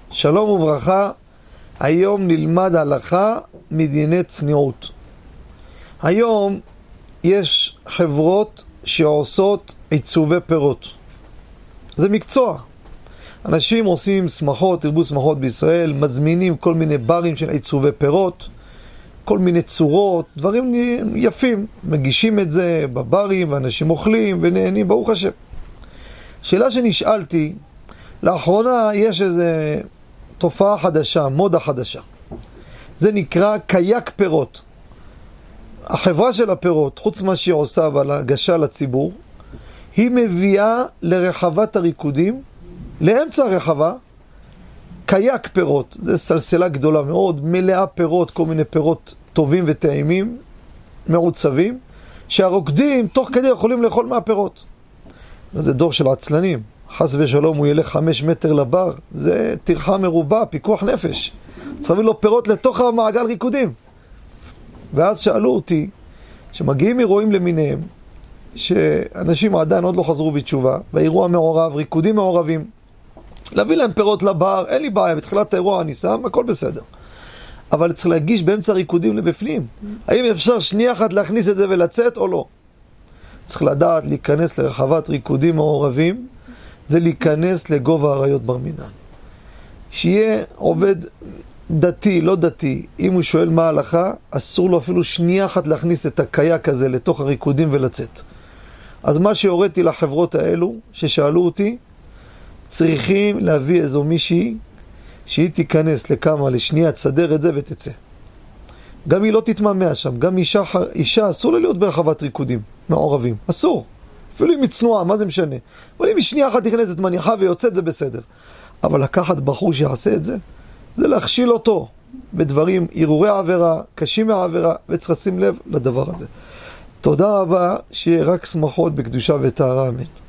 שלום וברכה, היום נלמד הלכה מדיני צניעות. היום יש חברות שעושות עיצובי פירות. זה מקצוע. אנשים עושים שמחות, תרבו שמחות בישראל, מזמינים כל מיני ברים של עיצובי פירות, כל מיני צורות, דברים יפים. מגישים את זה בברים ואנשים אוכלים ונהנים, ברוך השם. שאלה שנשאלתי, לאחרונה יש איזה תופעה חדשה, מודה חדשה. זה נקרא קייק פירות. החברה של הפירות, חוץ מה שהיא עושה ועל הגשה לציבור, היא מביאה לרחבת הריקודים, לאמצע הרחבה, קייק פירות. זה סלסלה גדולה מאוד, מלאה פירות, כל מיני פירות טובים וטעימים, מעוצבים, שהרוקדים תוך כדי יכולים לאכול מהפירות. וזה דור של עצלנים. חס ושלום הוא ילך 5 מטר לבר, זה טרחה מרובה, פיקוח נפש. צריך להביא לו פירות לתוך המעגל ריקודים. ואז שאלו אותי, שמגיעים אירועים למיניהם, שאנשים עדיין עוד לא חזרו בתשובה, והאירוע מעורב, ריקודים מעורבים, להביא להם פירות לבר, אין לי בעיה, בתחילת האירוע אני שם, הכל בסדר. אבל צריך להגיש באמצע ריקודים לבפנים. האם אפשר שנייה אחת להכניס את זה ולצאת או לא? צריך לדעת להיכנס לרחבת ריקודים מעורבים, זה להיכנס לגובה עריות בר מינן. שיהיה עובד דתי, לא דתי, אם הוא שואל מה ההלכה, אסור לו אפילו שנייה אחת להכניס את הקייק הזה לתוך הריקודים ולצאת. אז מה שהוריתי לחברות האלו, ששאלו אותי, צריכים להביא איזו מישהי, שהיא תיכנס לכמה, לשנייה, תסדר את זה ותצא. גם היא לא תתממע שם, גם אישה אסור לה להיות ברחבת ריקודים מעורבים, אסור. אפילו אם היא צנועה, מה זה משנה? אבל אם היא שנייה אחת נכנסת מניחה ויוצאת, זה בסדר. אבל לקחת בחור שיעשה את זה, זה להכשיל אותו בדברים, ערעורי העבירה, קשים מהעבירה, וצריך לשים לב לדבר הזה. תודה רבה, שיהיה רק שמחות בקדושה וטהרה, אמן.